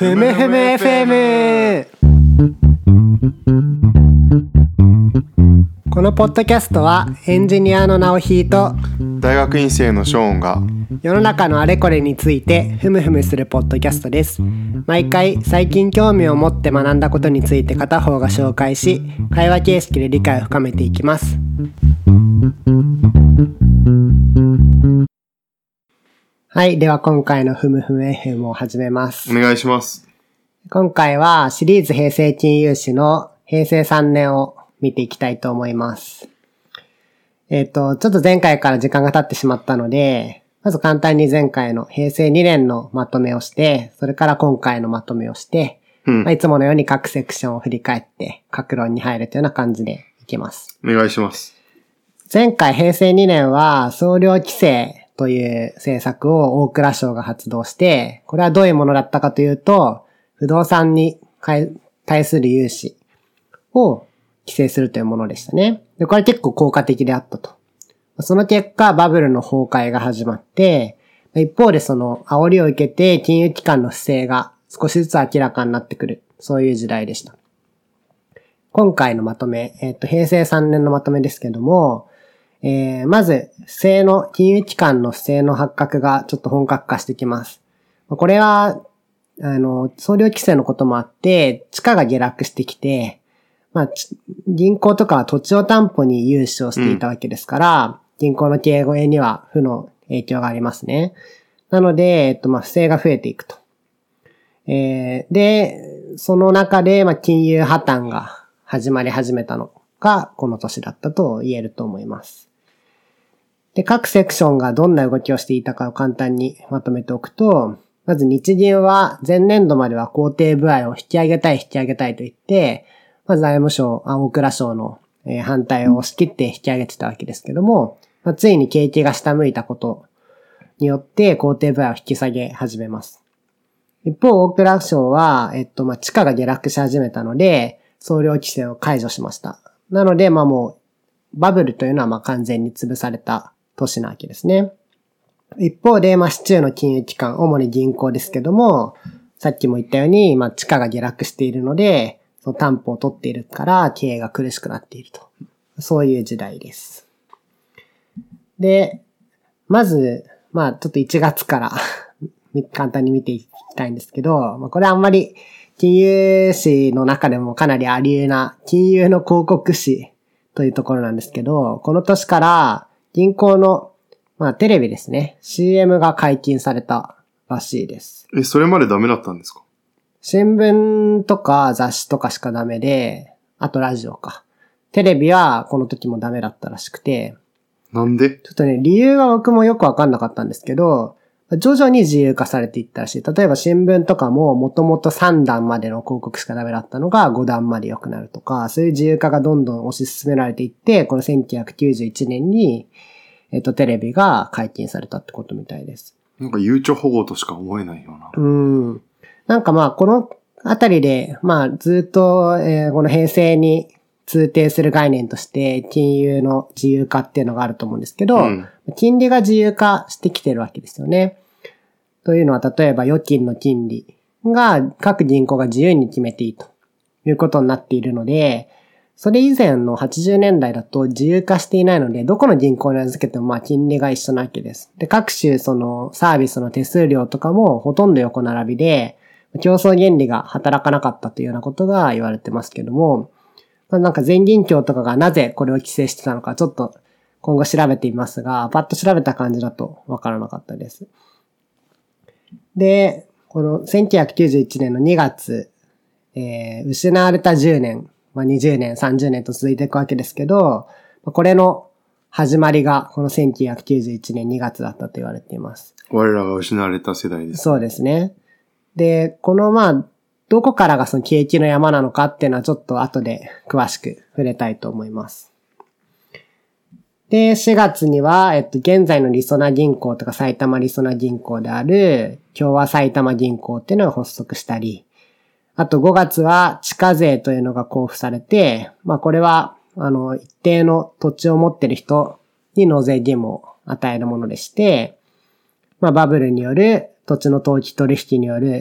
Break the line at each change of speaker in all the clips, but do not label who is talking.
ふむふむ FM。 このポッドキャストはエンジニアのナオヒーと
大学院生のショーンが
世の中のあれこれについてふむふむするポッドキャストです。毎回最近興味を持って学んだことについて片方が紹介し、会話形式で理解を深めていきます。はい、では今回のふむふむ FM を始めます。
お願いします。
今回はシリーズ平成金融史の平成3年を見ていきたいと思います。ちょっと前回から時間が経ってしまったので、まず簡単に前回の平成2年のまとめをして、それから今回のまとめをして、いつものように各セクションを振り返って各論に入るというような感じでいきます。
お願いします。
前回平成2年は総量規制という政策を大蔵省が発動して、これはどういうものだったかというと、不動産に対する融資を規制するというものでしたね。で、これ結構効果的であったと。その結果、バブルの崩壊が始まって、一方でその煽りを受けて金融機関の不正が少しずつ明らかになってくる、そういう時代でした。今回のまとめ、平成3年のまとめですけども、まず、金融機関の不正の発覚がちょっと本格化してきます。これは、総量規制のこともあって、地価が下落してきて、銀行とかは土地を担保に融資をしていたわけですから、銀行の経営には負の影響がありますね。なので、不正が増えていくと。で、その中で、金融破綻が始まり始めたのが、この年だったと言えると思います。で、各セクションがどんな動きをしていたかを簡単にまとめておくと、まず日銀は前年度までは公定歩合を引き上げたいと言って、財務省、大蔵省の反対を押し切って引き上げてたわけですけども、ついに景気が下向いたことによって公定歩合を引き下げ始めます。一方、大蔵省は、地価が下落し始めたので、総量規制を解除しました。なので、もう、バブルというのは完全に潰された年なわけですね。一方で、市中の金融機関、主に銀行ですけども、さっきも言ったように、地価が下落しているので、その担保を取っているから経営が苦しくなっていると。そういう時代です。で、まず、ちょっと1月から簡単に見ていきたいんですけど、これあんまり金融史の中でもかなりあり得な金融の広告誌というところなんですけど、この年から銀行の、テレビですね。CM が解禁されたらしいです。
それまでダメだったんですか？
新聞とか雑誌とかしかダメで、あとラジオか。テレビはこの時もダメだったらしくて。
なんで？
ちょっとね、理由は僕もよくわかんなかったんですけど、徐々に自由化されていったらしい。例えば新聞とかももともと3段までの広告しかダメだったのが5段まで良くなるとか、そういう自由化がどんどん推し進められていって、この1991年に、テレビが解禁されたってことみたいです。
なんか悠長保護としか思えないような。
なんかこのあたりで、ずっと、この平成に通底する概念として、金融の自由化っていうのがあると思うんですけど、金利が自由化してきてるわけですよね。というのは、例えば預金の金利が各銀行が自由に決めていいということになっているので、それ以前の80年代だと自由化していないので、どこの銀行に預けても金利が一緒なわけです。で、各種そのサービスの手数料とかもほとんど横並びで、競争原理が働かなかったというようなことが言われてますけども、なんか全銀協とかがなぜこれを規制してたのかちょっと今後調べてみますが、パッと調べた感じだとわからなかったです。で、この1991年の2月、失われた10年、20年、30年と続いていくわけですけど、これの始まりがこの1991年2月だったと言われています。
我らが失われた世代です。
そうですね。で、このどこからがその景気の山なのかっていうのはちょっと後で詳しく触れたいと思います。で、4月には、現在のりそな銀行とか埼玉りそな銀行である共和埼玉銀行っていうのが発足したり、あと5月は地価税というのが交付されて、これは、一定の土地を持っている人に納税義務を与えるものでして、バブルによる土地の投機取引による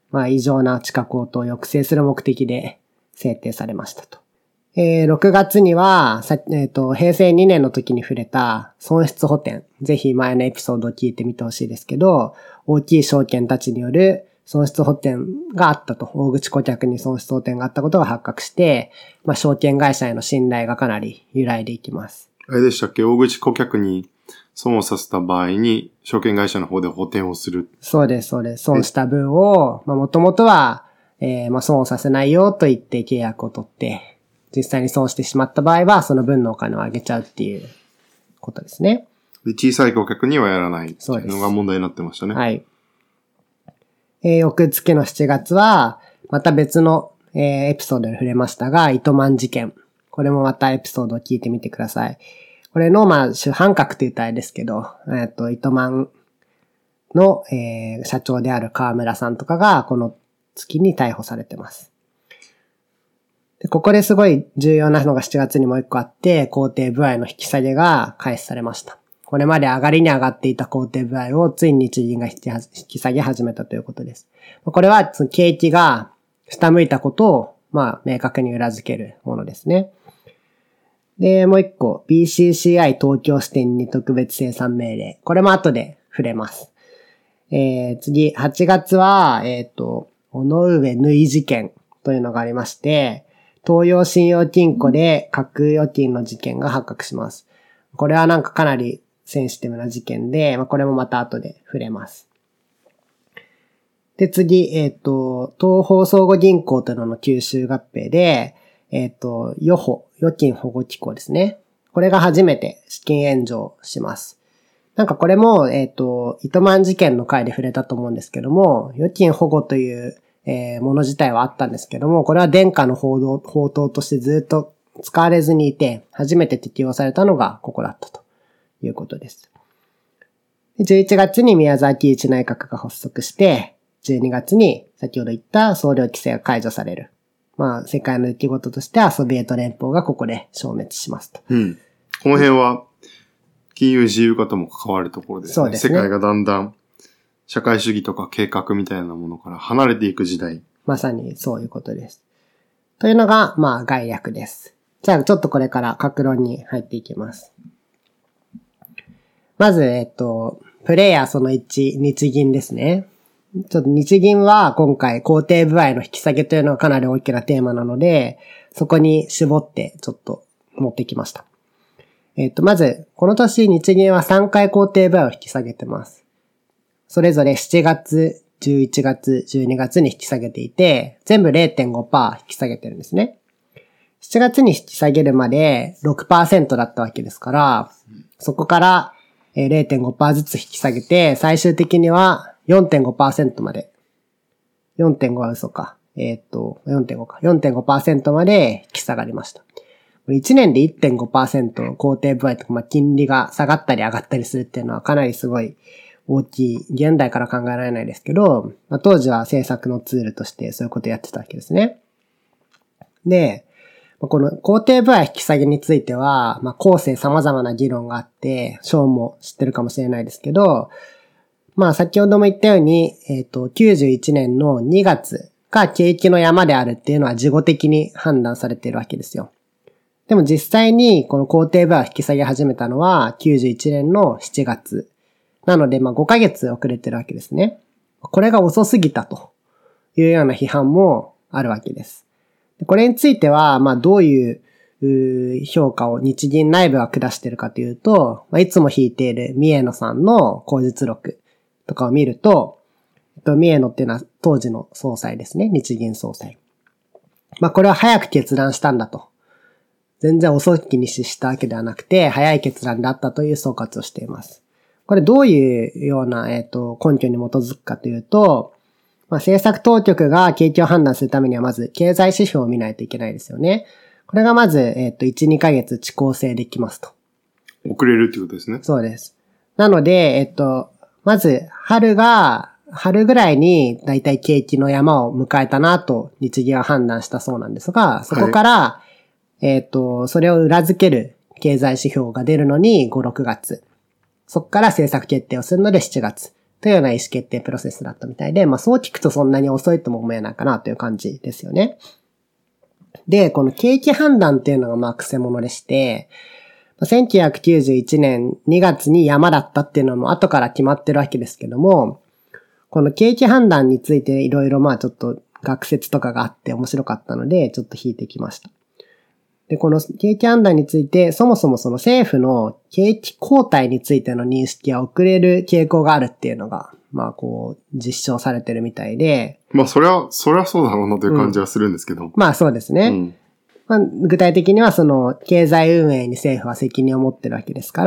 異常な地価高騰を抑制する目的で制定されましたと。6月には、平成2年の時に触れた損失補填。ぜひ前のエピソードを聞いてみてほしいですけど、大きい証券たちによる損失補填があったと。大口顧客に損失補填があったことが発覚して、証券会社への信頼がかなり揺らいでいきます。
あれでしたっけ？大口顧客に損をさせた場合に、証券会社の方で補填をする。
そうです、そうです。損した分を、もともとは、損をさせないよと言って契約を取って、実際に損してしまった場合は、その分のお金をあげちゃうっていうことですね。
で、小さい顧客にはやらないっていうのが問題になってましたね。
はい。翌月の7月は、また別の、エピソードで触れましたが、糸満事件。これもまたエピソードを聞いてみてください。これの、主犯格というとあれですけど、糸満の、社長である川村さんとかが、この月に逮捕されてます。で、ここですごい重要なのが7月にもう一個あって、工程部合の引き下げが開始されました。これまで上がりに上がっていた工程部合をついに日銀が引き下げ始めたということです。これは景気が下向いたことを、明確に裏付けるものですね。で、もう一個、BCCI 東京支店に特別清算命令。これも後で触れます。次、8月は、尾上縫い事件というのがありまして、東洋信用金庫で架空預金の事件が発覚します。これはかなりセンシティブな事件で、これもまた後で触れます。で、次、東方相互銀行というのの吸収合併で、預金保護機構ですね。これが初めて資金援助をします。これも、糸満事件の回で触れたと思うんですけども、預金保護というもの自体はあったんですけども、これは殿下の法刀としてずっと使われずにいて、初めて適用されたのがここだったということです。11月に宮沢喜一内閣が発足して、12月に先ほど言った総量規制が解除される。世界の出来事としてはソビエト連邦がここで消滅しますと。
うん。この辺は金融自由化とも関わるところですね。そうですね。世界がだんだん社会主義とか計画みたいなものから離れていく時代。
まさにそういうことです。というのが、概略です。じゃあ、ちょっとこれから各論に入っていきます。まず、プレイヤーその1、日銀ですね。ちょっと日銀は今回、工程部合の引き下げというのがかなり大きなテーマなので、そこに絞ってちょっと持ってきました。まず、この年日銀は3回工程部合を引き下げてます。それぞれ7月、11月、12月に引き下げていて、全部 0.5% 引き下げてるんですね。7月に引き下げるまで 6% だったわけですから、そこから 0.5% ずつ引き下げて、最終的には 4.5% まで。4.5 は嘘か。4.5 か。4.5% まで引き下がりました。1年で 1.5% 工程部合とか、金利が下がったり上がったりするっていうのはかなりすごい大きい、現代から考えられないですけど、当時は政策のツールとしてそういうことをやってたわけですね。で、この工程部合引き下げについては、後世様々な議論があって、ショーンも知ってるかもしれないですけど、先ほども言ったように、91年の2月が景気の山であるっていうのは事後的に判断されているわけですよ。でも実際にこの工程部合を引き下げ始めたのは91年の7月。なので、5ヶ月遅れてるわけですね。これが遅すぎたというような批判もあるわけです。これについては、どういう評価を日銀内部が下しているかというと、いつも引いている三重野さんの口述録とかを見ると、三重野っていうのは当時の総裁ですね。日銀総裁。これは早く決断したんだと。全然遅きに失したわけではなくて、早い決断だったという総括をしています。これどういうような、根拠に基づくかというと、政策当局が景気を判断するためにはまず経済指標を見ないといけないですよね。これがまず、1、2ヶ月遅効性できますと。
遅れるってことですね。
そうです。なので、まず、春ぐらいにだいたい景気の山を迎えたなと日銀は判断したそうなんですが、そこから、それを裏付ける経済指標が出るのに5、6月。そこから政策決定をするので7月。 というような意思決定プロセスだったみたいで、そう聞くとそんなに遅いとも思えないかなという感じですよね。で、この景気判断っていうのがクセモノでして、1991年2月に山だったっていうのも後から決まってるわけですけども、この景気判断についていろいろちょっと学説とかがあって面白かったので、ちょっと引いてきました。で、この景気判断について、そもそもその政府の景気後退についての認識が遅れる傾向があるっていうのが、実証されてるみたいで。
そりゃそうだろうなという感じはするんですけど。
そうですね。具体的にはその、経済運営に政府は責任を持ってるわけですから、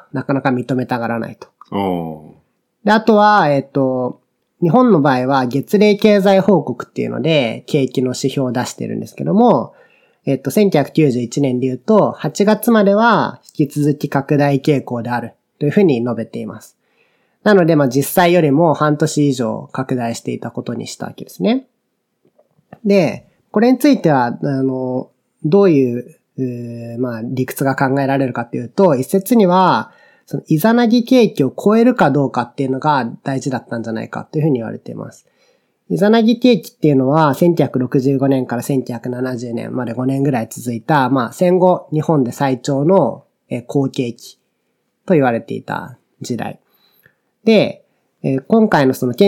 なかなか認めたがらないと。で、あとは、日本の場合は月例経済報告っていうので、景気の指標を出してるんですけども、1991年で言うと、8月までは引き続き拡大傾向であるというふうに述べています。なので、実際よりも半年以上拡大していたことにしたわけですね。で、これについては、どういう、理屈が考えられるかというと、一説には、そのイザナギ景気を超えるかどうかっていうのが大事だったんじゃないかというふうに言われています。イザナギ景気っていうのは1965年から1970年まで5年ぐらい続いた、戦後日本で最長の好景気と言われていた時代。で、今回のその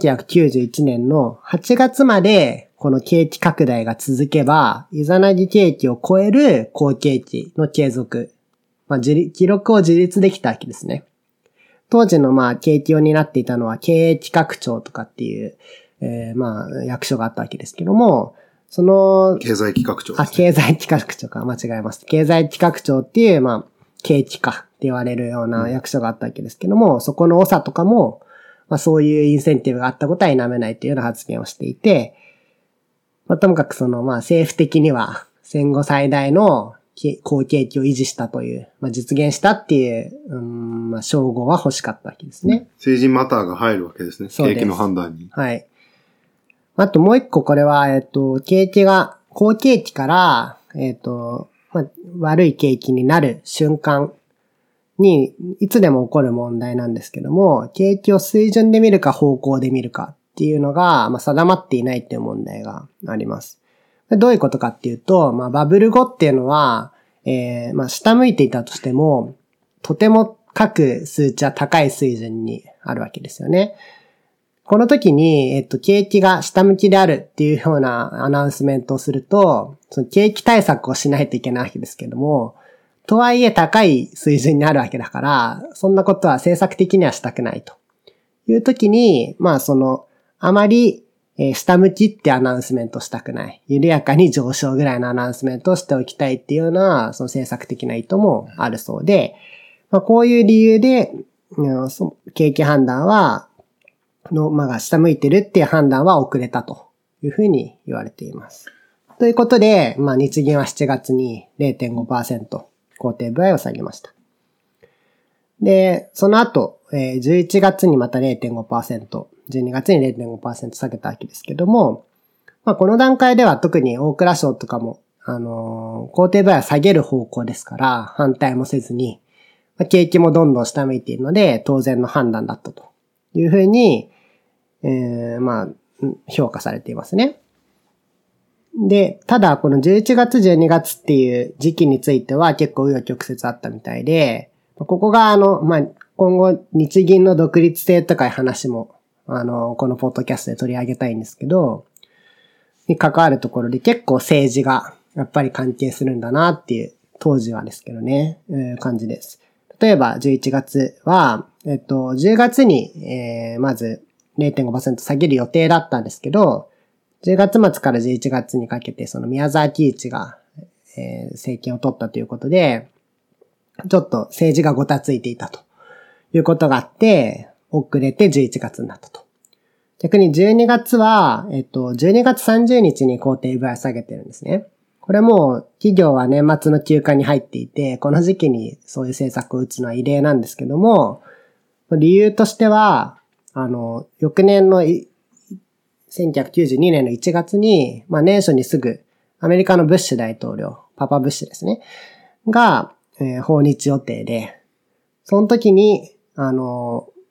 1991年の8月までこの景気拡大が続けば、イザナギ景気を超える好景気の継続、記録を自立できたわけですね。当時の景気を担っていたのは経営企画庁とかっていう、役所があったわけですけども、その、
経済企画庁ですね。
経済企画庁か、間違えます。経済企画庁っていう、景気かって言われるような役所があったわけですけども、そこの長とかも、そういうインセンティブがあったことは否めないというような発言をしていて、ともかくその、政府的には戦後最大の好景気を維持したという、実現したっていう、称号は欲しかったわけですね。
政治マターが入るわけですね。景気の判断に。
はい。あともう一個これは、景気が、好景気から、悪い景気になる瞬間に、いつでも起こる問題なんですけども、景気を水準で見るか方向で見るかっていうのが、定まっていないっていう問題があります。どういうことかっていうと、バブル後っていうのは、下向いていたとしても、とても各数値は高い水準にあるわけですよね。この時に、景気が下向きであるっていうようなアナウンスメントをすると、その景気対策をしないといけないわけですけども、とはいえ高い水準にあるわけだから、そんなことは政策的にはしたくないという時に、あまり、下向きってアナウンスメントしたくない。緩やかに上昇ぐらいのアナウンスメントをしておきたいっていうような、その政策的な意図もあるそうで、こういう理由で、景気判断は、が下向いてるっていう判断は遅れたというふうに言われています。ということで、日銀は7月に 0.5% 公定部合を下げました。で、その後、11月にまた 0.5%、12月に 0.5% 下げたわけですけども、この段階では特に大蔵省とかも、公定部合を下げる方向ですから、反対もせずに、景気もどんどん下向いているので、当然の判断だったというふうに、評価されていますね。で、ただこの11月12月っていう時期については結構紆余曲折あったみたいで、ここが今後日銀の独立性とかいう話も、このポッドキャストで取り上げたいんですけど、に関わるところで結構政治がやっぱり関係するんだなっていう、当時はですけどね、感じです。例えば11月は、10月に、まず 0.5% 下げる予定だったんですけど、10月末から11月にかけてその宮沢喜一が、政権を取ったということで、ちょっと政治がごたついていたということがあって、遅れて11月になったと。逆に12月は、12月30日に公定部合を下げてるんですね。これも企業は年末の休暇に入っていて、この時期にそういう政策を打つのは異例なんですけども、理由としては、翌年の1992年の1月に、年初にすぐアメリカのブッシュ大統領、パパブッシュですね、が、訪日予定で、その時に、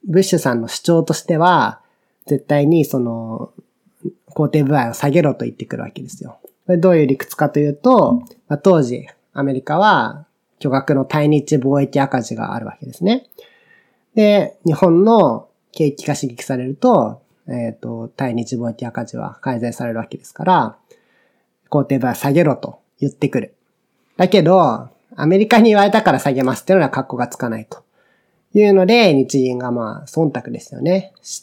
ブッシュさんの主張としては、絶対にその、肯定部合を下げろと言ってくるわけですよ。これどういう理屈かというと、当時、アメリカは巨額の対日貿易赤字があるわけですね。で、日本の景気が刺激されると、対日貿易赤字は改善されるわけですから、肯定部合を下げろと言ってくる。だけど、アメリカに言われたから下げますっていうのは格好がつかないというので、日銀が忖度ですよね。して、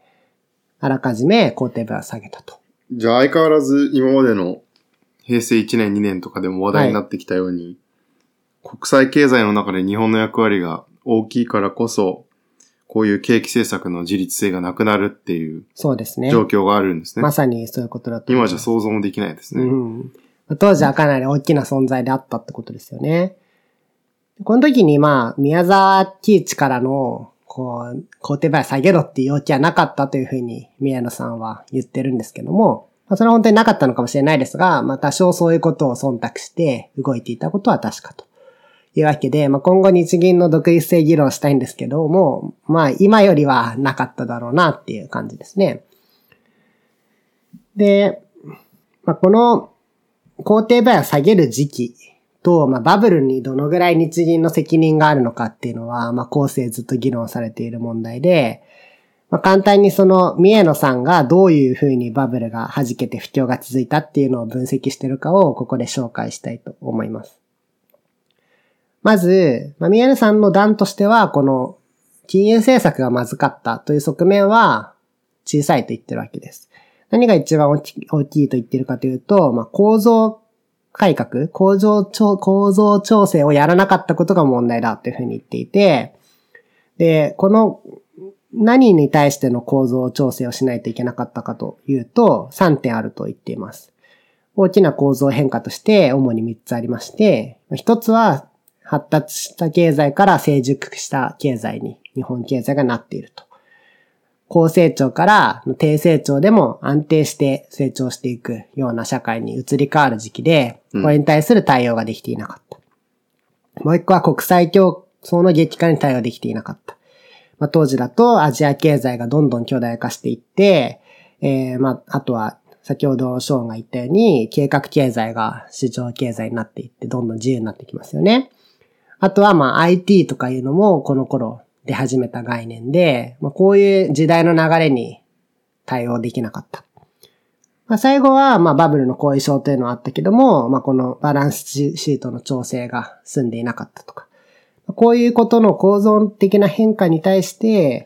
あらかじめ肯定部合を下げたと。
じゃあ相変わらず今までの平成1年2年とかでも話題になってきたように、国際経済の中で日本の役割が大きいからこそ、こういう景気政策の自立性がなくなるっていう
そうですね。
状況があるんですね。
まさにそういうことだと思います。
今じゃ想像もできないですね。
当時はかなり大きな存在であったってことですよね。この時に宮沢喜一からの、肯定部合下げろっていう要求はなかったというふうに宮野さんは言ってるんですけども、それは本当になかったのかもしれないですが、多少そういうことを忖度して動いていたことは確かというわけで、今後日銀の独立性議論したいんですけども、今よりはなかっただろうなっていう感じですね。で、この肯定部合を下げる時期と、バブルにどのぐらい日銀の責任があるのかっていうのは、後世ずっと議論されている問題で、簡単に宮野さんがどういうふうにバブルが弾けて不況が続いたっていうのを分析しているかをここで紹介したいと思います。まず、宮野さんの段としては、この金融政策がまずかったという側面は小さいと言ってるわけです。何が一番大きいと言っているかというと、構造改革、構造調整をやらなかったことが問題だというふうに言っていて、で、この何に対しての構造調整をしないといけなかったかというと、3点あると言っています。大きな構造変化として主に3つありまして、1つは発達した経済から成熟した経済に日本経済がなっていると。高成長から低成長でも安定して成長していくような社会に移り変わる時期で、これに対する対応ができていなかった。もう一個は国際競争の激化に対応できていなかった。当時だとアジア経済がどんどん巨大化していって、あとは先ほどショーンが言ったように計画経済が市場経済になっていってどんどん自由になってきますよね。あとはIT とかいうのもこの頃出始めた概念で、こういう時代の流れに対応できなかった。最後はバブルの後遺症というのはあったけども、このバランスシートの調整が済んでいなかったとか。こういうことの構造的な変化に対して、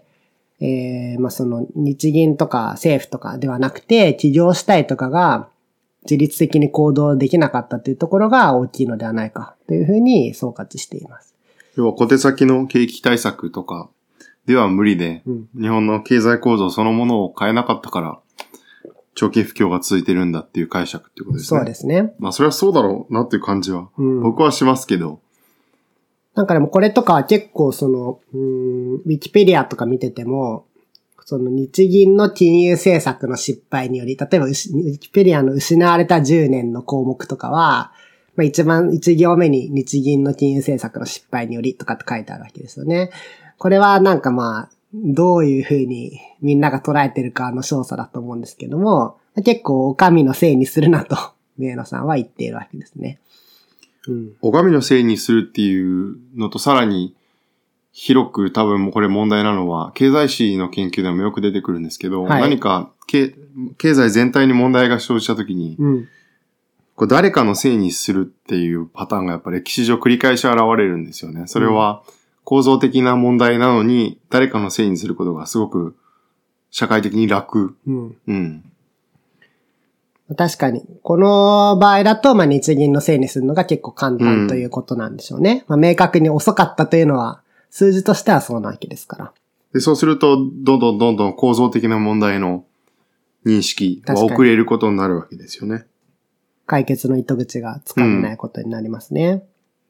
その日銀とか政府とかではなくて企業主体とかが自律的に行動できなかったというところが大きいのではないかというふうに総括しています。
要は小手先の景気対策とかでは無理で、日本の経済構造そのものを変えなかったから長期不況が続いてるんだっていう解釈っていうことですね。
そうですね。
それはそうだろうなっていう感じは、僕はしますけど。
でもこれとかは結構ウィキペディアとか見てても、日銀の金融政策の失敗により、例えばウィキペディアの失われた10年の項目とかは、一行目に日銀の金融政策の失敗によりとかって書いてあるわけですよね。これはどういうふうにみんなが捉えてるかの詳細だと思うんですけども、結構お上のせいにするなと、宮野さんは言っているわけですね。
お上のせいにするっていうのとさらに広く多分これ問題なのは経済史の研究でもよく出てくるんですけど、何か経済全体に問題が生じたときに、これ誰かのせいにするっていうパターンがやっぱり歴史上繰り返し現れるんですよね。それは構造的な問題なのに誰かのせいにすることがすごく社会的に楽。
確かに。この場合だと、日銀のせいにするのが結構簡単ということなんでしょうね。明確に遅かったというのは、数字としてはそうなわけですから。
で、そうすると、どんどん構造的な問題の認識は遅れることになるわけですよね。
解決の糸口がつかめないことになりますね。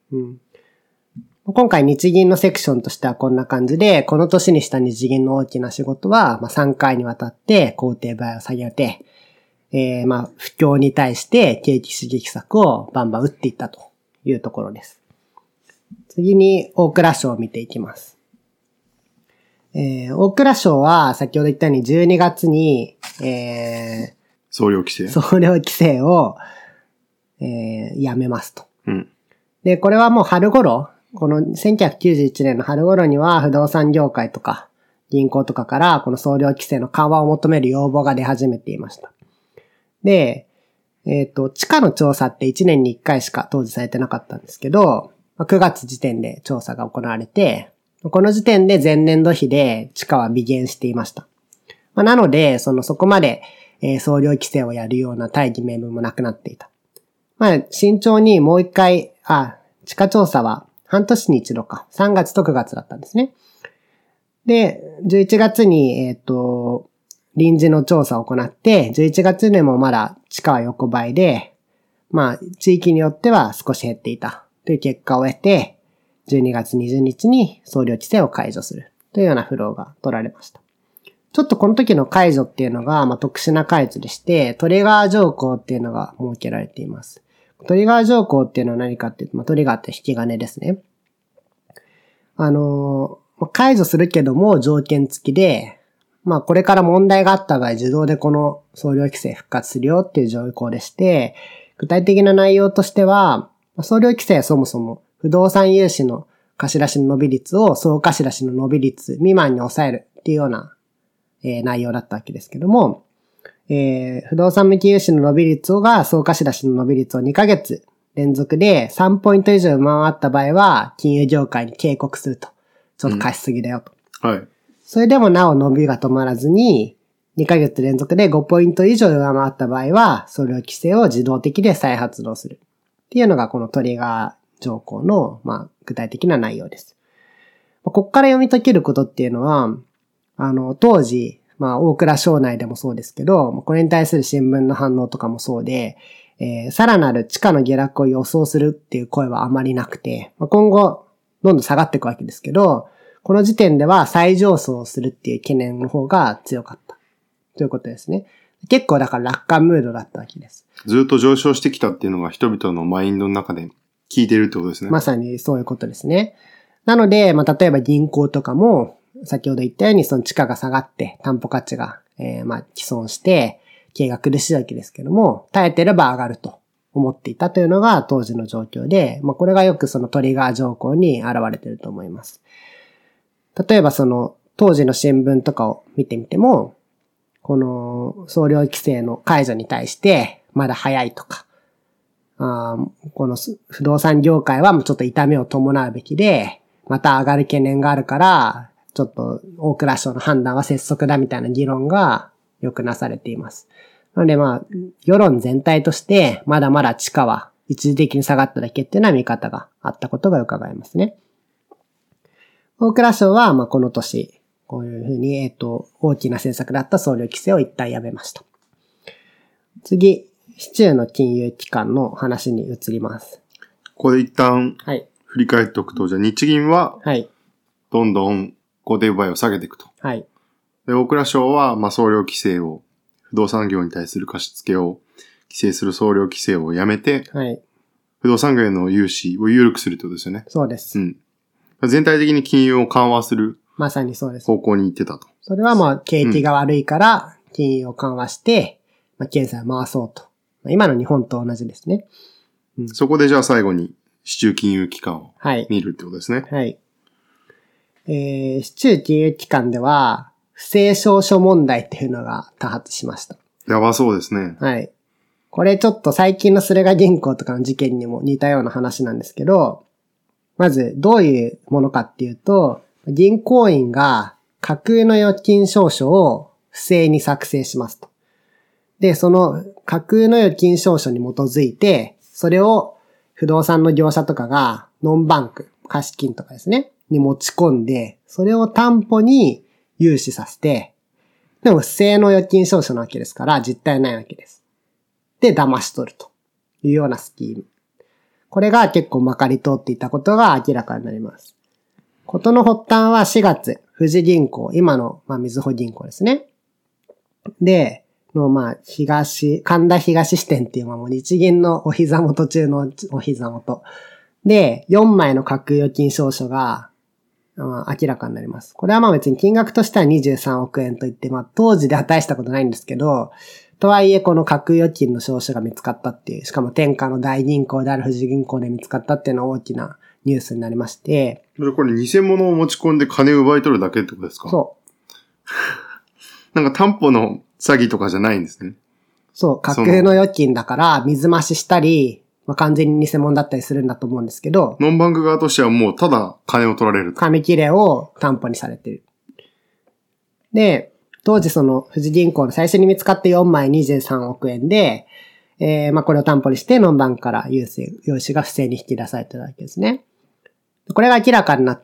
今回日銀のセクションとしてはこんな感じで、この年にした日銀の大きな仕事は、3回にわたって肯定部合を下げて、不況に対して景気刺激策をバンバン打っていったというところです。次に大蔵省を見ていきます。 大蔵省は先ほど言ったように12月に、
総量規制。
総量規制を、やめますと。
うん。
で、これはもう春頃、この1991年の春頃には不動産業界とか銀行とかからこの総量規制の緩和を求める要望が出始めていました。で、地価の調査って1年に1回しか当時されてなかったんですけど、9月時点で調査が行われて、この時点で前年度比で地価は微減していました。なので、そこまで、総量規制をやるような大義名分もなくなっていた。慎重にもう一回、地価調査は半年に一度か、3月と9月だったんですね。で、11月に、臨時の調査を行って、11月でもまだ地価は横ばいで、地域によっては少し減っていたという結果を得て、12月20日に総量規制を解除するというようなフローが取られました。ちょっとこの時の解除っていうのが、特殊な解除でして、トリガー条項っていうのが設けられています。トリガー条項っていうのは何かっていうと、トリガーって引き金ですね。解除するけども条件付きで、これから問題があった場合自動でこの総量規制復活するよっていう条項でして、具体的な内容としては、総量規制はそもそも不動産融資の貸し出しの伸び率を総貸し出しの伸び率未満に抑えるっていうような、内容だったわけですけども、不動産向き融資の伸び率が総貸し出しの伸び率を2ヶ月連続で3ポイント以上上回った場合は、金融業界に警告すると。ちょっと貸しすぎだよと。
はい。
それでもなお伸びが止まらずに、2ヶ月連続で5ポイント以上上回った場合は、総量規制を自動的で再発動する。っていうのがこのトリガー条項の、具体的な内容です。ここから読み解けることっていうのは、当時、大蔵省内でもそうですけど、これに対する新聞の反応とかもそうで、さらなる地価の下落を予想するっていう声はあまりなくて、今後、どんどん下がっていくわけですけど、この時点では再上昇するっていう懸念の方が強かった。ということですね。結構だから楽観ムードだったわけです。
ずっと上昇してきたっていうのが人々のマインドの中で効いてるってことですね。
まさにそういうことですね。なので、例えば銀行とかも、先ほど言ったようにその地価が下がって担保価値が、毀損して、経営が苦しいわけですけども、耐えてれば上がると思っていたというのが当時の状況で、これがよくそのトリガー条項に現れていると思います。例えばその当時の新聞とかを見てみても、この総量規制の解除に対してまだ早いとか、この不動産業界はもうちょっと痛みを伴うべきで、また上がる懸念があるから、ちょっと大蔵省の判断は拙速だみたいな議論がよくなされています。なので世論全体としてまだまだ地価は一時的に下がっただけっていうような見方があったことが伺えますね。大蔵省はこの年、こういうふうに大きな政策だった総量規制を一旦やめました。次、市中の金融機関の話に移ります。
ここで一旦振り返っておくと、じゃあ日銀はどんどん固定部合を下げていくと。
はい。
で、大蔵省は総量規制を、不動産業に対する貸し付けを規制する総量規制をやめて、
はい。
不動産業への融資を緩くするってことですよね。
そうです。
うん。全体的に金融を緩和する。
まさにそうです。
方向に行ってたと。
それは景気が悪いから金融を緩和して、経済を回そうと。今の日本と同じですね。
うん、そこでじゃあ最後に市中金融機関を見るってことですね。
はい。市中金融機関では、不正証書問題っていうのが多発しました。
やばそうですね。
はい。これちょっと最近のスレガ銀行とかの事件にも似たような話なんですけど、まずどういうものかっていうと、銀行員が架空の預金証書を不正に作成しますと。で、その架空の預金証書に基づいて、それを不動産の業者とかがノンバンク、貸金とかですね、に持ち込んで、それを担保に融資させて、でも不正の預金証書なわけですから実態ないわけです。で、騙し取るというようなスキーム。これが結構まかり通っていたことが明らかになります。ことの発端は4月、富士銀行、今のみずほ銀行ですね。で、神田東支店っていうもう日銀のお膝元中のお膝元。で、4枚の架空預金証書が、 明らかになります。これは別に金額としては23億円といって、当時では大したことないんですけど、とはいえこの架空預金の証書が見つかったっていう、しかも天下の大銀行である富士銀行で見つかったっていうのは大きなニュースになりまして。
これ偽物を持ち込んで金を奪い取るだけってことですか？
そう。
なんか担保の詐欺とかじゃないんですね。
そう、架空の預金だから水増ししたり、完全に偽物だったりするんだと思うんですけど。
ノンバンク側としてはもうただ金を取られる。
紙切れを担保にされてる。で、当時富士銀行の最初に見つかった4枚23億円で、これを担保にしてノンバンクから融資が不正に引き出されてたわけですね。これが明らかになって、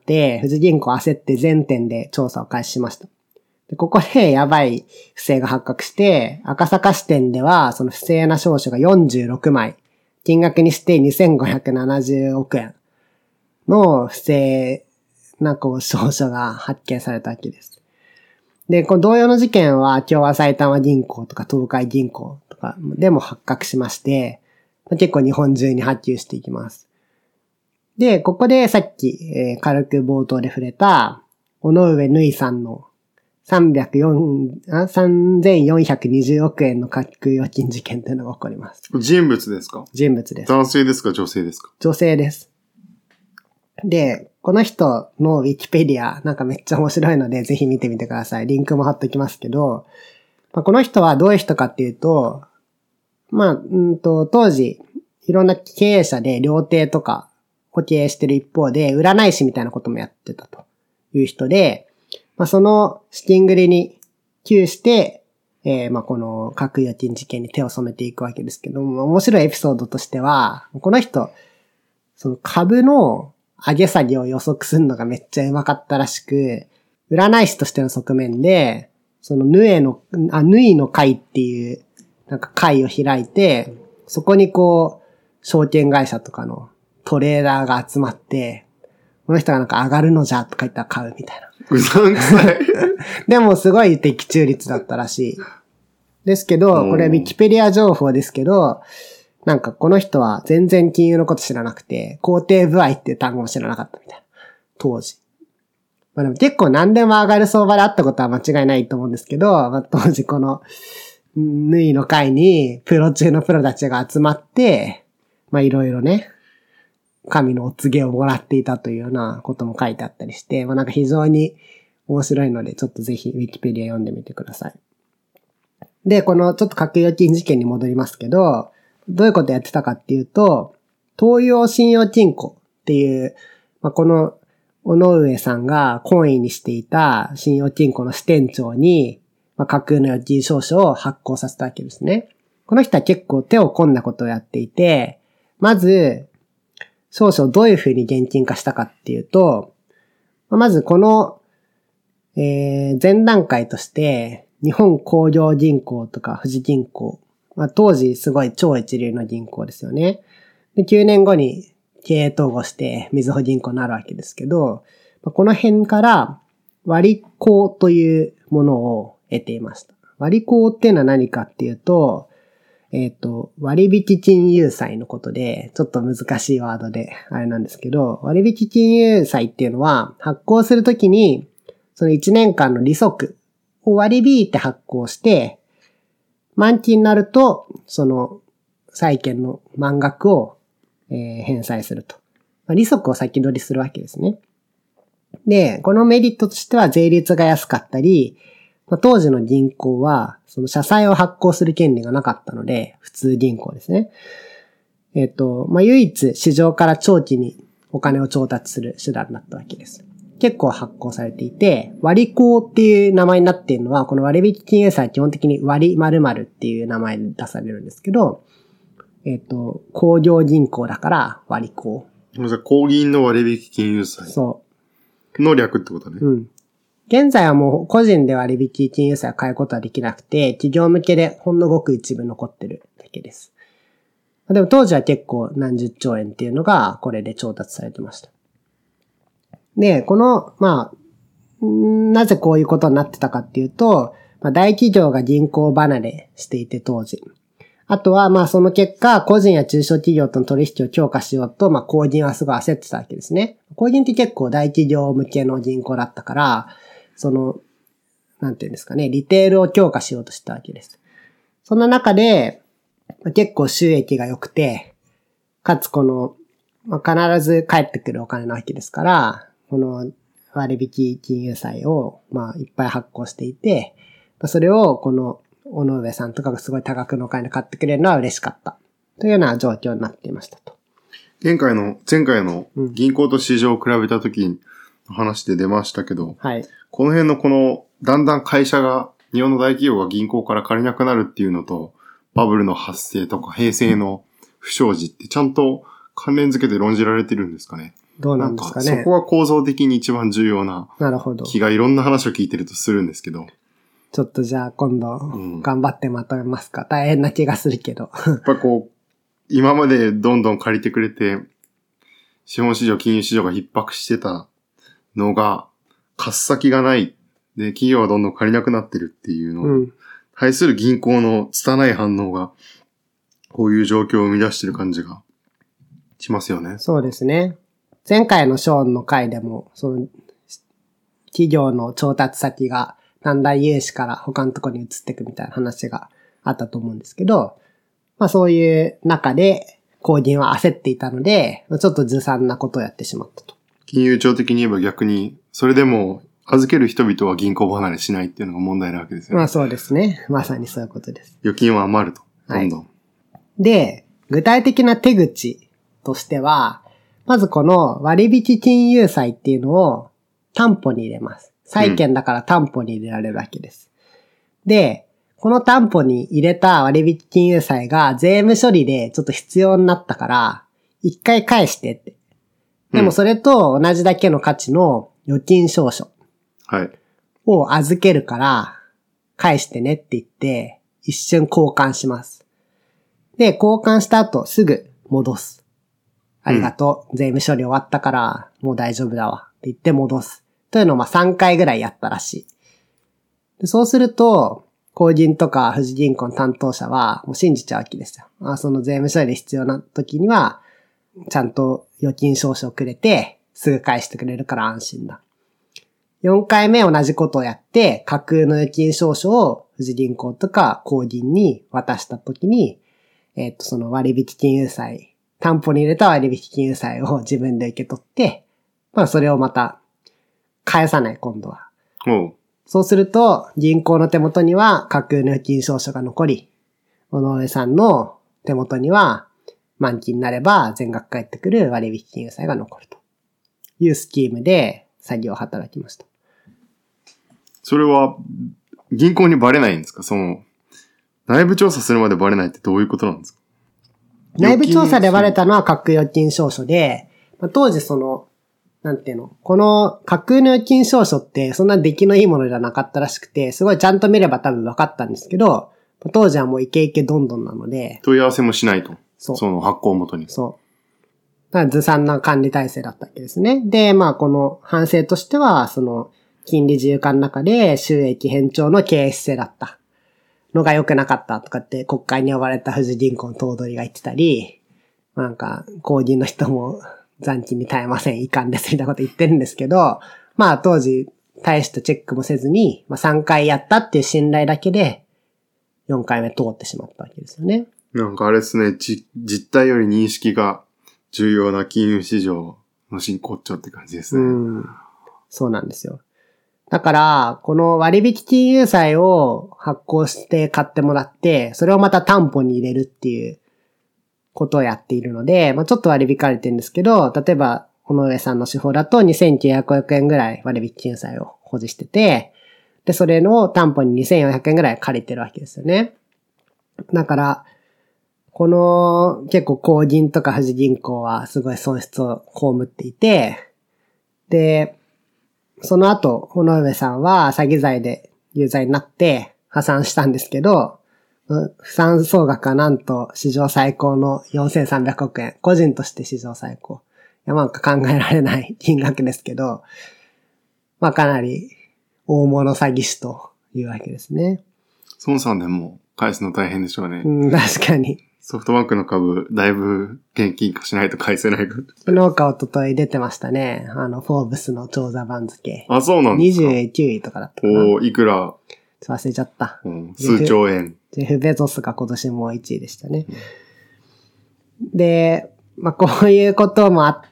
富士銀行焦って全店で調査を開始しました。でここでやばい不正が発覚して、赤坂支店ではその不正な証書が46枚、金額にして2570億円の不正な証書が発見されたわけです。で、この同様の事件は、共和埼玉銀行とか東海銀行とかでも発覚しまして、結構日本中に波及していきます。で、ここでさっき、軽く冒頭で触れた、尾上縫さんの3420億円の架空預金事件というのが起こります。
人物ですか？
人物です。
男性ですか？女性ですか？
女性です。で、この人のウィキペディアなんかめっちゃ面白いのでぜひ見てみてください。リンクも貼っときますけど、この人はどういう人かっていうと、当時いろんな経営者で料亭とかを経営してる一方で占い師みたいなこともやってたという人で、その資金繰りに窮して、この架空預金事件に手を染めていくわけですけども、面白いエピソードとしては、この人、その株の上げ下げを予測するのがめっちゃ上手かったらしく、占い師としての側面で、その縫いの会っていうなんか会を開いて、そこに証券会社とかのトレーダーが集まって、この人がなんか上がるのじゃとか言ったら買うみたいな。
うさんくさい。
でもすごい的中率だったらしい。ですけど、これはウィキペディア情報ですけど、なんかこの人は全然金融のこと知らなくて、肯定部合っていう単語も知らなかったみたいな。当時。でも結構何でも上がる相場であったことは間違いないと思うんですけど、当時この、縫いの会にプロ中のプロたちが集まって、いろいろね、神のお告げをもらっていたというようなことも書いてあったりして、なんか非常に面白いので、ちょっとぜひウィキペディア読んでみてください。で、このちょっと架空預金事件に戻りますけど、どういうことやってたかっていうと、東洋信用金庫っていう、この尾上さんが懇意にしていた信用金庫の支店長に、架空の預金証書を発行させたわけですね。この人は結構手を込んだことをやっていて、まず、証書をどういうふうに現金化したかっていうと、まずこの、前段階として、日本工業銀行とか富士銀行、当時すごい超一流の銀行ですよね。で、9年後に経営統合してみずほ銀行になるわけですけど、この辺から割公というものを得ていました。割公っていうのは何かっていうと、割引金融債のことで、ちょっと難しいワードであれなんですけど、割引金融債っていうのは発行するときに、その1年間の利息を割り引いて発行して、満期になると、その債券の満額を、返済すると。利息を先取りするわけですね。で、このメリットとしては税率が安かったり、当時の銀行は、その社債を発行する権利がなかったので、普通銀行ですね。唯一市場から長期にお金を調達する手段だったわけです。結構発行されていて、割公っていう名前になっているのは、この割引金融債は基本的に割〇〇っていう名前で出されるんですけど、工業銀行だから割公。
工銀の割引金融債。
そう。
の略ってことね。
うん。現在はもう個人で割引金融債を買うことはできなくて、企業向けでほんのごく一部残ってるだけです。でも当時は結構何十兆円っていうのがこれで調達されてました。で、この、なぜこういうことになってたかっていうと、大企業が銀行離れしていて当時。 あとは、その結果、個人や中小企業との取引を強化しようと、公銀はすごい焦ってたわけですね。公銀って結構大企業向けの銀行だったから、なんていうんですかね、リテールを強化しようとしたわけです。そんな中で、結構収益が良くて、かつ必ず返ってくるお金なわけですから、この割引金融債を、いっぱい発行していて、それをこの尾上さんとかがすごい多額のお金で買ってくれるのは嬉しかった。というような状況になっていましたと。
前回の銀行と市場を比べた時の話で出ましたけど、
はい。
この辺のだんだん日本の大企業が銀行から借りなくなるっていうのと、バブルの発生とか平成の不祥事ってちゃんと関連づけて論じられてるんですかね。
どうなんですかね。
そこは構造的に一番重要な気がいろんな話を聞いてるとするんですけど。
ちょっとじゃあ今度頑張ってまとめますか。大変な気がするけど。
やっぱ今までどんどん借りてくれて、資本市場、金融市場が逼迫してたのが、貸す先がない。で、企業はどんどん借りなくなってるっていうのを、対する銀行の拙い反応が、こういう状況を生み出してる感じがしますよね。
そうですね。前回のショーンの回でも、企業の調達先がだんだん融資から他のところに移っていくみたいな話があったと思うんですけど、そういう中で、公銀は焦っていたので、ちょっとずさんなことをやってしまったと。
金融庁的に言えば逆に、それでも預ける人々は銀行離れしないっていうのが問題なわけですよね。
そうですね。まさにそういうことです。
預金は余ると。どんどん。
はい。で、具体的な手口としては、まずこの割引金融債っていうのを担保に入れます。債券だから担保に入れられるわけです。で、この担保に入れた割引金融債が税務処理でちょっと必要になったから、一回返してって。でもそれと同じだけの価値の預金証書を預けるから返してねって言って一瞬交換します。で、交換した後すぐ戻す。ありがとう。税務処理終わったからもう大丈夫だわって言って戻す。というのを3回ぐらいやったらしい。でそうすると、公銀とか富士銀行の担当者はもう信じちゃうわけですよ。その税務処理で必要な時には、ちゃんと預金証書をくれて、すぐ返してくれるから安心だ。4回目同じことをやって、架空の預金証書を富士銀行とか公銀に渡した時に、その割引金融債、担保に入れた割引金融債を自分で受け取って、それをまた返さない、今度は。そうすると、銀行の手元には架空の預金証書が残り、尾上さんの手元には満期になれば全額返ってくる割引金融債が残るというスキームで詐欺を働きました。
それは銀行にバレないんですか？内部調査するまでバレないってどういうことなんですか？
内部調査でバレたのは架空預金証書で、当時この架空の預金証書ってそんな出来のいいものじゃなかったらしくて、すごいちゃんと見れば多分分かったんですけど、当時はもうイケイケどんどんなので。
問い合わせもしないと。その発行をもとに。
そう。だからずさんな管理体制だったわけですね。で、この反省としては、金利自由化の中で収益偏重の経営姿勢だったのが良くなかったとかって国会に呼ばれた富士銀行の頭取が言ってたり、公銀の人も残金に耐えません、遺憾ですみたいなこと言ってるんですけど、当時大したチェックもせずに、3回やったっていう信頼だけで4回目通ってしまったわけですよね。
あれですね、実態より認識が重要な金融市場の真骨頂って感じですね。
そうなんですよ。だから、この割引金融債を発行して買ってもらって、それをまた担保に入れるっていうことをやっているので、ちょっと割り引かれてるんですけど、例えば、尾上さんの手法だと2900億円ぐらい割引金融債を保持してて、で、それの担保に2400円ぐらい借りてるわけですよね。だから、結構公銀とか富士銀行はすごい損失を被っていて、で、その後、尾上さんは詐欺罪で有罪になって破産したんですけど、負産総額はなんと史上最高の4300億円。個人として史上最高。考えられない金額ですけど、かなり大物詐欺師というわけですね。
孫さんでも返すの大変でしょうね。
うん、確かに。
ソフトバンクの株、だいぶ現金化しないと返せないから。
昨日か一昨日出てましたね。フォーブスの長者番付。
あ、そうなんですか。
29位とかだったかな。
おー、いくら？
忘れちゃった。
うん、数兆円。
ジェフ・ベゾスが今年も1位でしたね。で、まあ、こういうこともあって、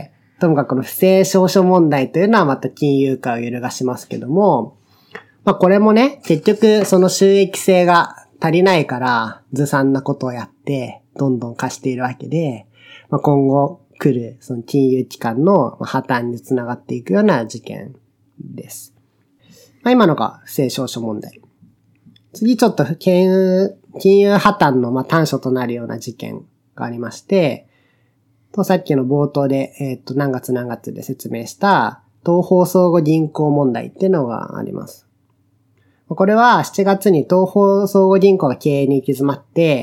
ともかくこの不正証書問題というのはまた金融界を揺るがしますけども、まあ、これもね、結局その収益性が足りないからずさんなことをやってどんどん貸しているわけで、まあ、今後来るその金融機関の破綻につながっていくような事件です。まあ、今のが不正証書問題。次ちょっと金融破綻の端緒となるような事件がありまして、さっきの冒頭で、何月何月で説明した東方相互銀行問題っていうのがあります。これは7月に東方相互銀行が経営に行き詰まって、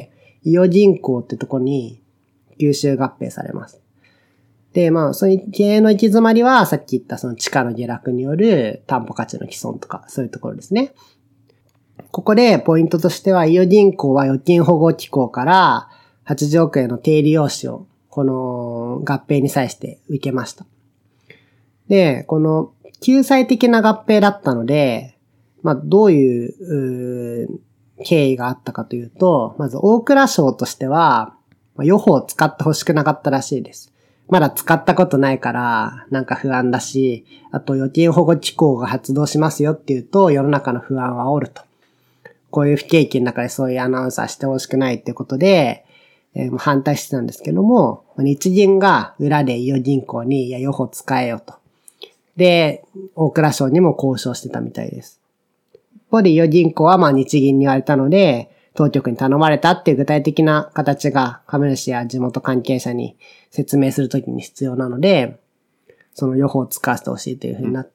伊予銀行ってとこに吸収合併されます。で、まあ、そういう経営の行き詰まりは、さっき言ったその地価の下落による担保価値の毀損とか、そういうところですね。ここでポイントとしては、伊予銀行は預金保護機構から80億円の低利用紙をこの合併に際して受けました。で、この救済的な合併だったので、まあどういう経緯があったかというと、まず大蔵省としては、予報を使ってほしくなかったらしいです。まだ使ったことないからなんか不安だし、あと預金保護機構が発動しますよっていうと世の中の不安は煽ると。こういう不景気の中でそういうアナウンサーしてほしくないってことで、反対してたんですけども、日銀が裏で伊予銀行に、いや、予報使えよと。で、大蔵省にも交渉してたみたいです。一方で伊予銀行は日銀に言われたので、当局に頼まれたっていう具体的な形が株主や地元関係者に説明するときに必要なので、その予報を使わせてほしいというふうになって、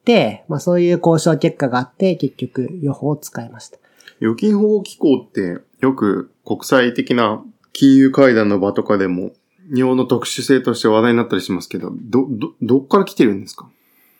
そういう交渉結果があって、結局予報を使いました。
預金保護機構ってよく国際的な金融会談の場とかでも日本の特殊性として話題になったりしますけど、どっから来てるんですか？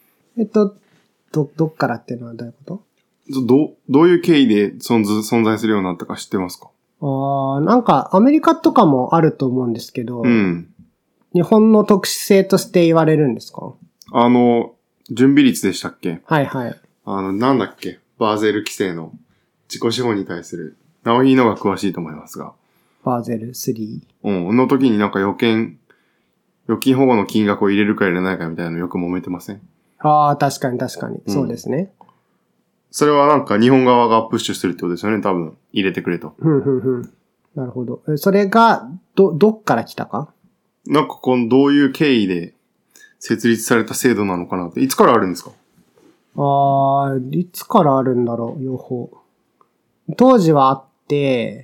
どっからっていうのはどういうこと？
どういう経緯で存在するようになったか知ってますか？
なんかアメリカとかもあると思うんですけど、日本の特殊性として言われるんですか？
準備率でしたっけ？
はいはい。
なんだっけ？バーゼル規制の自己資本に対する、直井のが詳しいと思いますが。
バーゼル3。
の時になんか預金保護の金額を入れるか入れないかみたいなのよく揉めてません？
確かに、そうですね。
それはなんか日本側がプッシュするってことですよね、多分。入れてくれと。
なるほど。それが、どっから来たか？
なんかどういう経緯で設立された制度なのかなって。いつからあるんですか？
いつからあるんだろう、予報。当時はあって、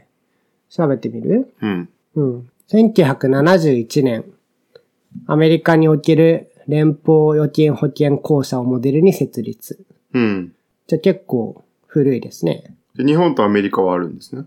調べてみる？1971年、アメリカにおける連邦預金保険公社をモデルに設立。じゃあ結構古いですね。
日本とアメリカはあるんですね。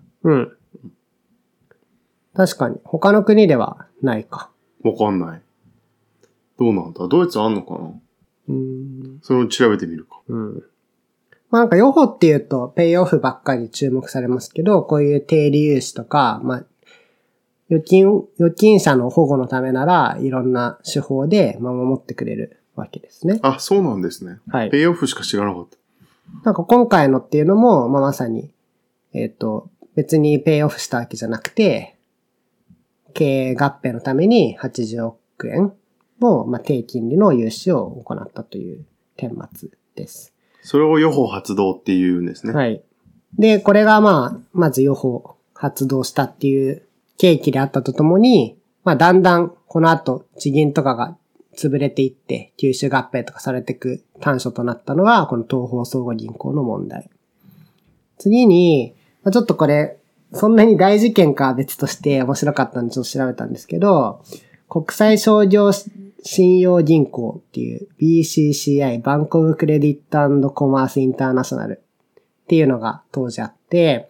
確かに。他の国ではないか。
わかんない。どうなんだ？ドイツあんのかな？それを調べてみるか。
なんか予報っていうとペイオフばっかり注目されますけど、こういう低利融資とか、預金者の保護のためならいろんな手法で守ってくれるわけですね。
あ、そうなんですね。
はい。
ペイオフしか知らなかった。
なんか今回のっていうのも、まさに、別にペイオフしたわけじゃなくて、経営合併のために80億円の、低金利の融資を行ったという顛末です。
それを予報発動っていうんですね。
はい。で、これがまず予報発動したっていう契機であったとともに、だんだんこの後地銀とかが潰れていって吸収合併とかされていく端緒となったのがこの東方相互銀行の問題。次に、ちょっとこれそんなに大事件かは別として面白かったんでちょっと調べたんですけど、国際商業信用銀行っていう BCCI、バンコブクレディット&コマースインターナショナルっていうのが当時あって、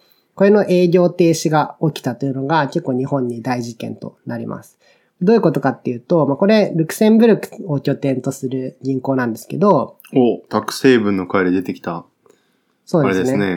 これの営業停止が起きたというのが結構日本に大事件となります。どういうことかっていうと、これルクセンブルクを拠点とする銀行なんですけど、
タックスヘイブンの会で出てきた。
そうですね。
あれですね。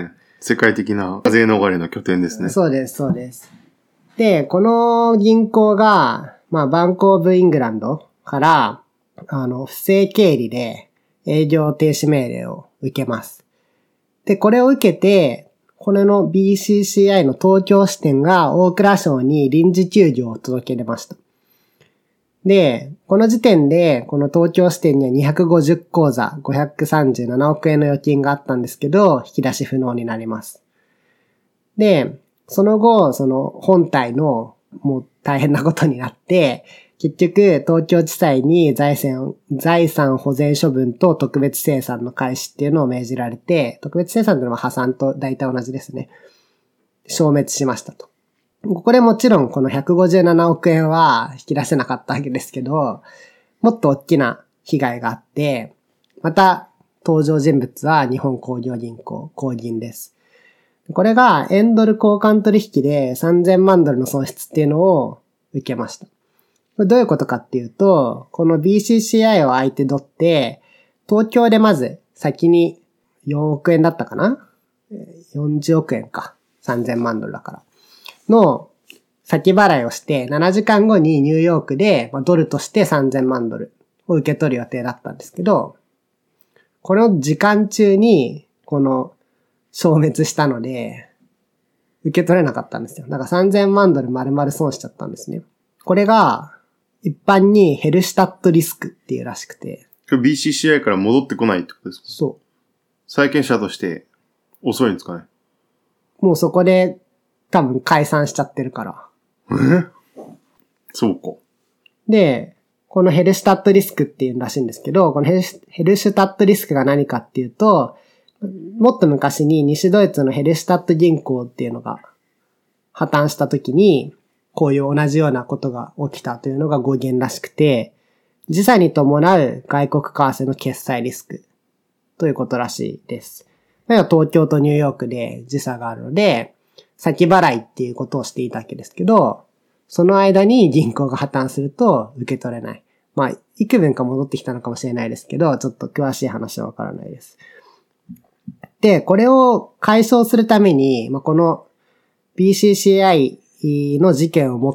世界的な課税逃れの拠点ですね。
そうです、そうです。で、この銀行が、バンクオブイングランドから、不正経理で営業停止命令を受けます。で、これを受けて、これの BCCI の東京支店が大蔵省に臨時休業を届け出ました。で、この時点で、この東京支店には250口座537億円の預金があったんですけど、引き出し不能になります。で、その後、その本体のもう大変なことになって、結局、東京地裁に財産保全処分と特別清算の開始っていうのを命じられて、特別清算っていうのは破産と大体同じですね。消滅しましたと。これもちろんこの157億円は引き出せなかったわけですけど、もっと大きな被害があって、また登場人物は日本工業銀行、工銀です。これが円ドル交換取引で3000万ドルの損失っていうのを受けました。これどういうことかっていうと、この BCCI を相手取って、東京でまず先に4億円だったかな ?40 億円か。3000万ドルだから。の先払いをして7時間後にニューヨークでドルとして3000万ドルを受け取る予定だったんですけど、この時間中にこの消滅したので受け取れなかったんですよ。だから3000万ドル丸々損しちゃったんですね。これが一般にヘルシュタットリスクっていうらしくて。
BCCI から戻ってこないってことですか？
そう。
債権者として遅いんですかね？
もうそこで多分解散しちゃってるから。
そうか。
で、このヘルシュタットリスクっていうらしいんですけど、このヘルシュタットリスクが何かっていうと、もっと昔に西ドイツのヘルシュタット銀行っていうのが破綻した時に、こういう同じようなことが起きたというのが語源らしくて、時差に伴う外国為替の決済リスクということらしいです。東京とニューヨークで時差があるので、先払いっていうことをしていたわけですけど、その間に銀行が破綻すると受け取れない。幾分か戻ってきたのかもしれないですけど、ちょっと詳しい話はわからないです。で、これを解消するために、この BCCI の事件をもって、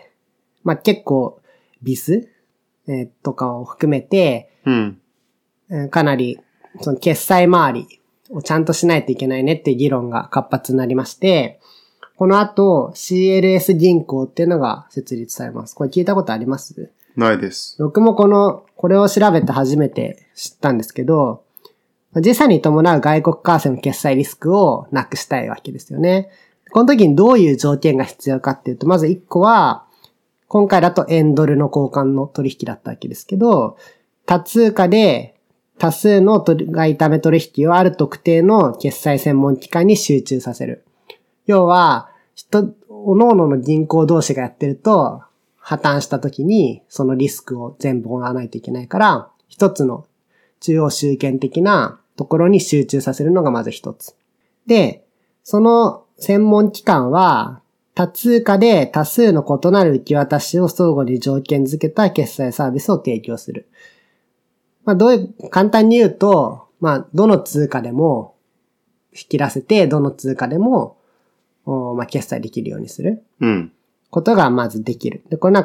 結構ビスとかを含めて、かなりその決済周りをちゃんとしないといけないねっていう議論が活発になりまして、この後 CLS 銀行っていうのが設立されます。これ聞いたことあります？
ないです。
僕もこれを調べて初めて知ったんですけど、時差に伴う外国為替の決済リスクをなくしたいわけですよね。この時にどういう条件が必要かっていうと、まず1個は、今回だと円ドルの交換の取引だったわけですけど、多通貨で多数の外為取引をある特定の決済専門機関に集中させる。要は、各々の銀行同士がやってると、破綻した時にそのリスクを全部負わないといけないから、一つの中央集権的なところに集中させるのがまず一つ。で、その専門機関は、多通貨で多数の異なる受け渡しを相互に条件付けた決済サービスを提供する。簡単に言うと、どの通貨でも引き出せて、どの通貨でも、決済できるようにする。ことがまずできる。で、これ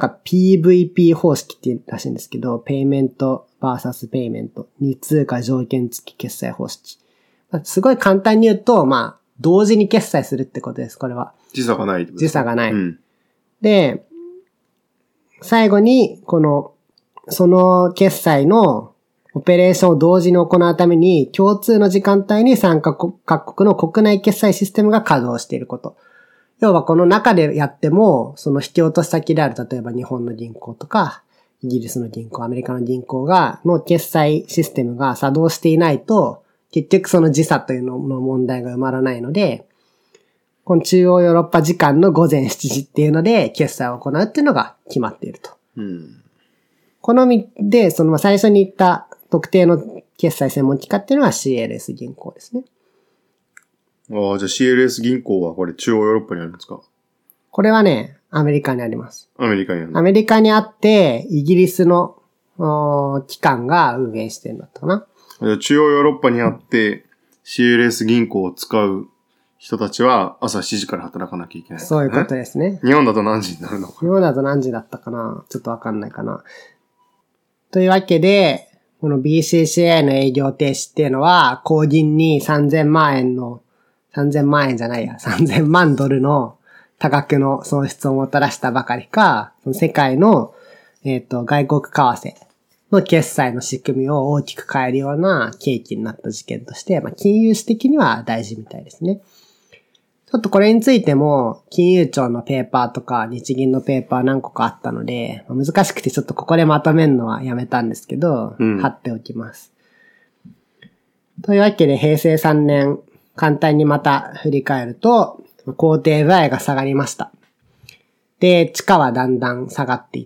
PVP 方式っていうらしいんですけど、ペイメント vs ペイメント、二通貨条件付き決済方式。すごい簡単に言うと、同時に決済するってことです、これは。
時差がないってことです。
時差がない。で、最後に、その決済のオペレーションを同時に行うために、共通の時間帯に各国の国内決済システムが稼働していること。要はこの中でやっても、その引き落とし先である、例えば日本の銀行とか、イギリスの銀行、アメリカの銀行の決済システムが作動していないと、結局その時差というのの問題が埋まらないので、この中央ヨーロッパ時間の午前7時っていうので決済を行うっていうのが決まっていると。好みで、最初に言った特定の決済専門機関っていうのは CLS 銀行ですね。
じゃあ CLS 銀行はこれ中央ヨーロッパにあるんですか？
これはね、アメリカにあります。
アメリカにある。
アメリカにあって、イギリスの機関が運営してるんだったかな。
中央ヨーロッパにあって CLS 銀行を使う人たちは朝7時から働かなきゃいけない、ね。
そういうことですね。
日本だと何時になるのか。
日本だと何時だったかな、ちょっとわかんないかな。というわけで、この BCCA の営業停止っていうのは、後銀に3000万円ドルの多額の損失をもたらしたばかりか、世界の、外国為替の決済の仕組みを大きく変えるような契機になった事件として、金融史的には大事みたいですね。ちょっとこれについても、金融庁のペーパーとか日銀のペーパー何個かあったので、難しくてちょっとここでまとめるのはやめたんですけど、貼っておきます。というわけで平成3年、簡単にまた振り返ると、公定部合が下がりました。で、地価はだんだん下がっていって、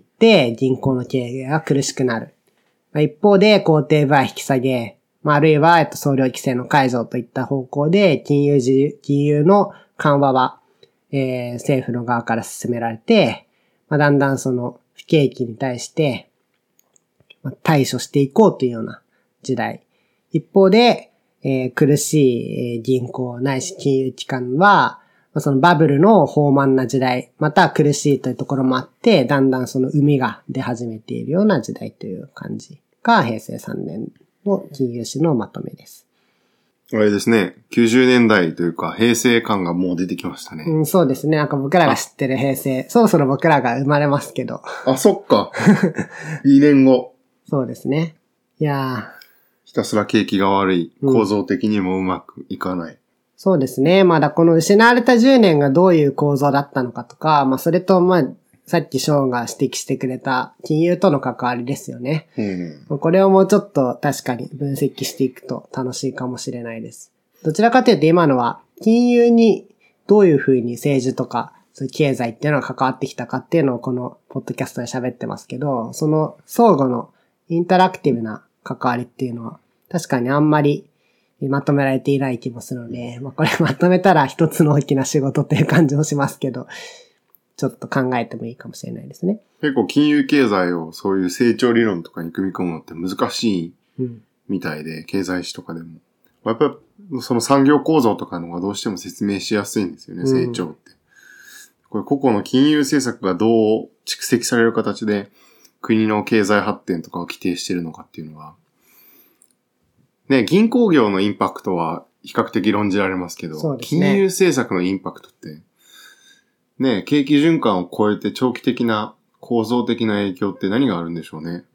銀行の経営が苦しくなる。一方で、公定部合引き下げ、あるいは、総量規制の解除といった方向で、金融の緩和は、政府の側から進められて、だんだんその不景気に対して、対処していこうというような時代。一方で、苦しい銀行ないし金融機関は、そのバブルの放漫な時代、また苦しいというところもあって、だんだんその膿が出始めているような時代という感じが平成3年の金融史のまとめです。
あれですね、90年代というか平成感がもう出てきましたね。
そうですね、なんか僕らが知ってる平成、そろそろ僕らが生まれますけど。
あ、そっか。2年後。
そうですね。いやー。
ひたすら景気が悪い、構造的にもうまくいかない。
そうですね。まだこの失われた10年がどういう構造だったのかとか、それとさっきショーンが指摘してくれた金融との関わりですよね。これをもうちょっと確かに分析していくと楽しいかもしれないです。どちらかというと今のは金融にどういうふうに政治とかそういう経済っていうのが関わってきたかっていうのをこのポッドキャストで喋ってますけど、その相互のインタラクティブな関わりっていうのは確かにあんまりまとめられていない気もするので、これまとめたら一つの大きな仕事っていう感じもしますけど、ちょっと考えてもいいかもしれないですね。
結構金融経済をそういう成長理論とかに組み込むのって難しいみたいで、経済史とかでも。やっぱりその産業構造とかのがどうしても説明しやすいんですよね、成長って。これ個々の金融政策がどう蓄積される形で国の経済発展とかを規定しているのかっていうのは、ね、銀行業のインパクトは比較的論じられますけど、
そうですね、
金融政策のインパクトって、ね、景気循環を超えて長期的な構造的な影響って何があるんでしょうね。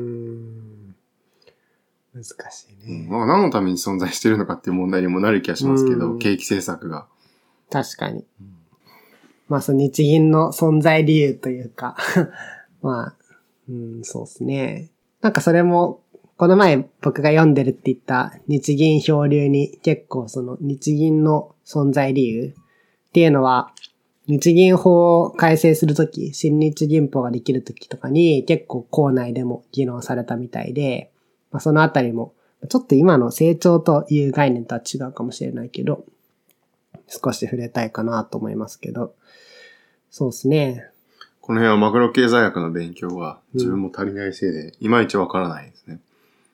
難しいね。
何のために存在しているのかっていう問題にもなる気がしますけど、景気政策が。
確かに。その日銀の存在理由というか、そうですね。なんかそれも、この前僕が読んでるって言った日銀漂流に結構その日銀の存在理由っていうのは日銀法を改正するとき、新日銀法ができるときとかに結構校内でも議論されたみたいで、そのあたりもちょっと今の成長という概念とは違うかもしれないけど、少し触れたいかなと思いますけど、そうですね。
この辺はマクロ経済学の勉強が自分も足りないせいで、いまいちわからないですね。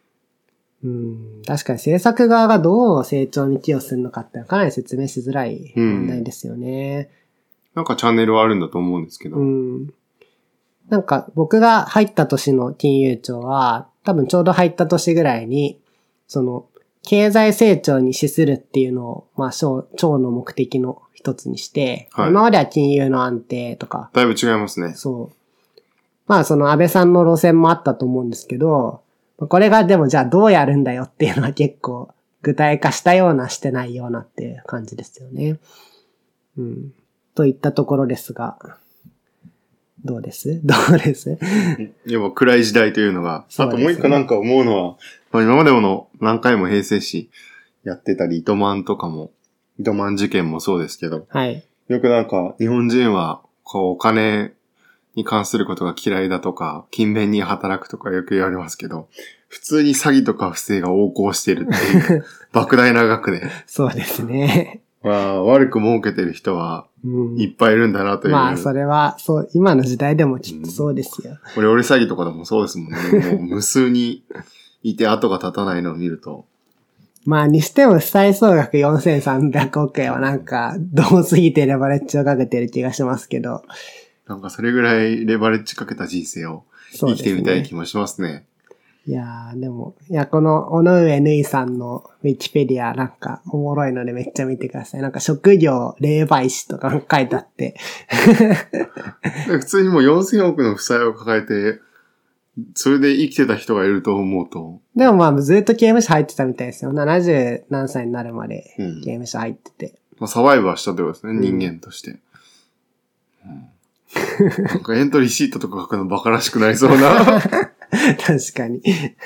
確かに政策側がどう成長に寄与するのかってかなり説明しづらい問題ですよね。
なんかチャンネルはあるんだと思うんですけど。
なんか僕が入った年の金融庁は、多分ちょうど入った年ぐらいに、その、経済成長に資するっていうのを、庁の目的の一つにして、今までは金融の安定とか。
だいぶ違いますね。
そう。その安倍さんの路線もあったと思うんですけど、これがでもじゃあどうやるんだよっていうのは結構具体化したようなしてないようなっていう感じですよね。といったところですが、どうです
いや、もう暗い時代というのが、あともう一個なんか思うのは、今までの何回も平成史やってたり、糸満事件もそうですけど、よくなんか日本人はお金に関することが嫌いだとか、勤勉に働くとかよく言われますけど、普通に詐欺とか不正が横行してるっていう、莫大な額で。
そうですね。
悪く儲けてる人はいっぱいいるんだなという。
それは、そう、今の時代でもきっとそうですよ。
俺詐欺とかでもそうですもんね。もう無数にいて跡が立たないのを見ると、
まあ、にしても負債総額4300億円はなんか、どうすぎてレバレッジをかけてる気がしますけど。
なんかそれぐらいレバレッジかけた人生を生きてみたい気もしますね。
いやー、でも、この、尾上縫いさんのウィキペディアなんかおもろいのでめっちゃ見てください。なんか職業霊媒師とか書いてあって。
普通にもう4000億の負債を抱えて、それで生きてた人がいると思うと。
でもまあずっと刑務所入ってたみたいですよ。70何歳になるまで刑務所入ってて。
まあ、サバイブはしたってことですね、人間として。なんかエントリーシートとか書くのバカらしくなりそうな。
確かに。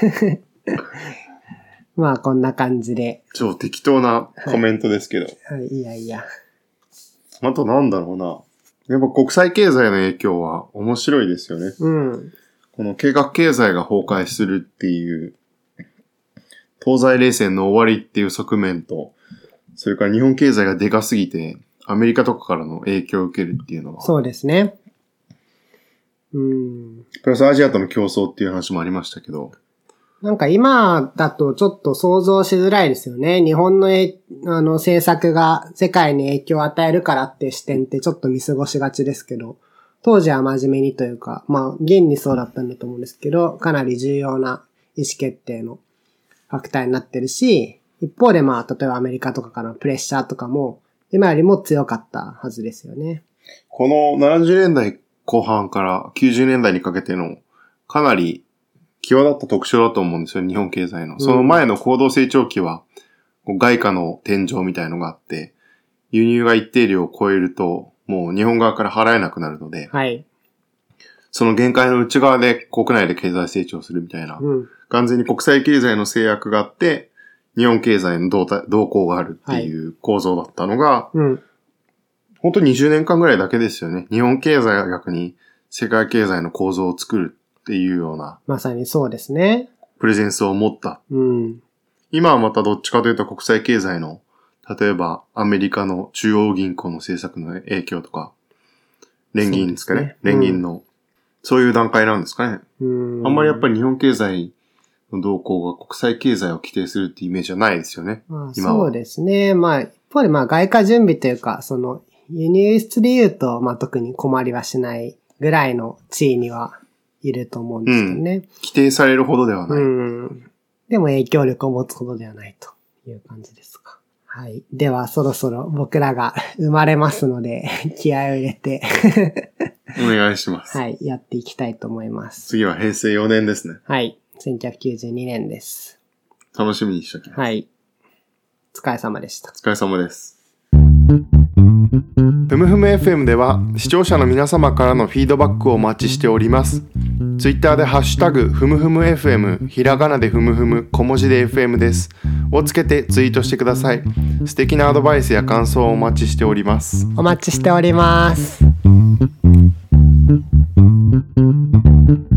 まあこんな感じで。
超適当なコメントですけど。
はい、いやいや。
あとなんだろうな。やっぱ国際経済の影響は面白いですよね。
うん。
この計画経済が崩壊するっていう、東西冷戦の終わりっていう側面と、それから日本経済がでかすぎて、アメリカとかからの影響を受けるっていうのは。
そうですね。
プラスアジアとの競争っていう話もありましたけど。
なんか今だとちょっと想像しづらいですよね。日本の政策が世界に影響を与えるからっていう視点ってちょっと見過ごしがちですけど、当時は真面目にというか、まあ現にそうだったんだと思うんですけど、かなり重要な意思決定のファクターになってるし、一方でまあ例えばアメリカとかからのプレッシャーとかも今よりも強かったはずですよね。
この70年代後半から90年代にかけてのかなり際立った特徴だと思うんですよ、日本経済の。その前の高度成長期は、外貨の天井みたいのがあって、輸入が一定量を超えると、もう日本側から払えなくなるので、
はい。
その限界の内側で国内で経済成長するみたいな、完全に国際経済の制約があって、日本経済の動向があるっていう構造だったのが、本当に20年間ぐらいだけですよね。日本経済が逆に世界経済の構造を作るっていうような。
まさにそうですね。
プレゼンスを持った。今はまたどっちかというと国際経済の、例えばアメリカの中央銀行の政策の影響とか、連銀ですかね。連銀の、そういう段階なんですかね。あんまりやっぱり日本経済の動向が国際経済を規定するっていうイメージはないですよね。今は。
そうですね。まあ、一方でまあ外貨準備というか、その輸入輸出で言うと、まあ特に困りはしないぐらいの地位にはいると思うんですけどね。
規定されるほどではない。
でも影響力を持つほどではないという感じですか。はい。ではそろそろ僕らが生まれますので、気合を入れて
お願いします。
はい。やっていきたいと思います。
次は平成4年ですね。
はい。1992年です。
楽しみにしておきます。
はい。お疲れ様でした。
お疲れ様です。ふむふむ FM では視聴者の皆様からのフィードバックをお待ちしております。ツイッターでハッシュタグふむふむ FM、ひらがなでふむふむ、小文字で FM です。をつけてツイートしてください。素敵なアドバイスや感想をお待ちしております。
お待ちしております。